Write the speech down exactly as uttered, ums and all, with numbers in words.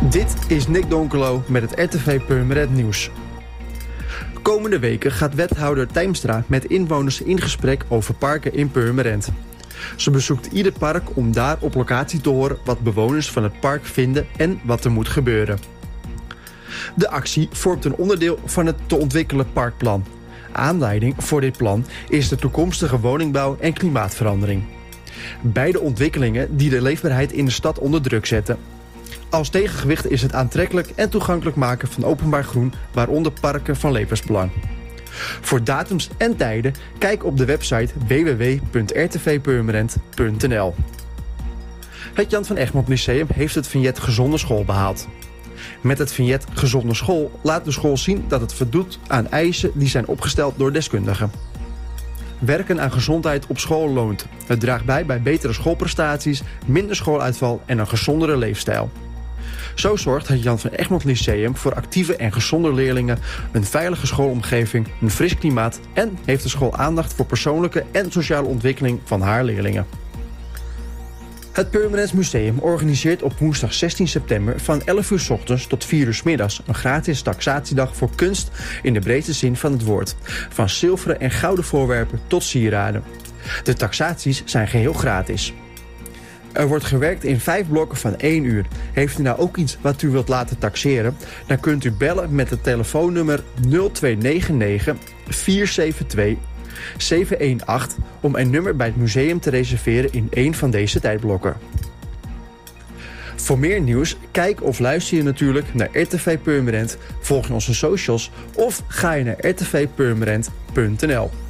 Dit is Nick Donkelo met het R T V Purmerend Nieuws. Komende weken gaat wethouder Tijmstra met inwoners in gesprek over parken in Purmerend. Ze bezoekt ieder park om daar op locatie te horen wat bewoners van het park vinden en wat er moet gebeuren. De actie vormt een onderdeel van het te ontwikkelen parkplan. Aanleiding voor dit plan is de toekomstige woningbouw en klimaatverandering. Beide ontwikkelingen die de leefbaarheid in de stad onder druk zetten. Als tegengewicht is het aantrekkelijk en toegankelijk maken van openbaar groen, waaronder parken van levensbelang. Voor datums en tijden kijk op de website w w w punt r t v purmerend punt n l. Het Jan van Egmond Lyceum heeft het vignet Gezonde School behaald. Met het vignet Gezonde School laat de school zien dat het voldoet aan eisen die zijn opgesteld door deskundigen. Werken aan gezondheid op school loont. Het draagt bij bij betere schoolprestaties, minder schooluitval en een gezondere leefstijl. Zo zorgt het Jan van Egmond Lyceum voor actieve en gezonde leerlingen, een veilige schoolomgeving, een fris klimaat en heeft de school aandacht voor persoonlijke en sociale ontwikkeling van haar leerlingen. Het Purmerends Museum organiseert op woensdag zestien september van elf uur 's ochtends tot vier uur 's middags een gratis taxatiedag voor kunst in de breedste zin van het woord. Van zilveren en gouden voorwerpen tot sieraden. De taxaties zijn geheel gratis. Er wordt gewerkt in vijf blokken van één uur. Heeft u nou ook iets wat u wilt laten taxeren? Dan kunt u bellen met het telefoonnummer nul twee negen negen vier zeven twee zeven een acht om een nummer bij het museum te reserveren in één van deze tijdblokken. Voor meer nieuws, kijk of luister je natuurlijk naar R T V Purmerend, volg je onze socials of ga je naar r t v purmerend punt n l.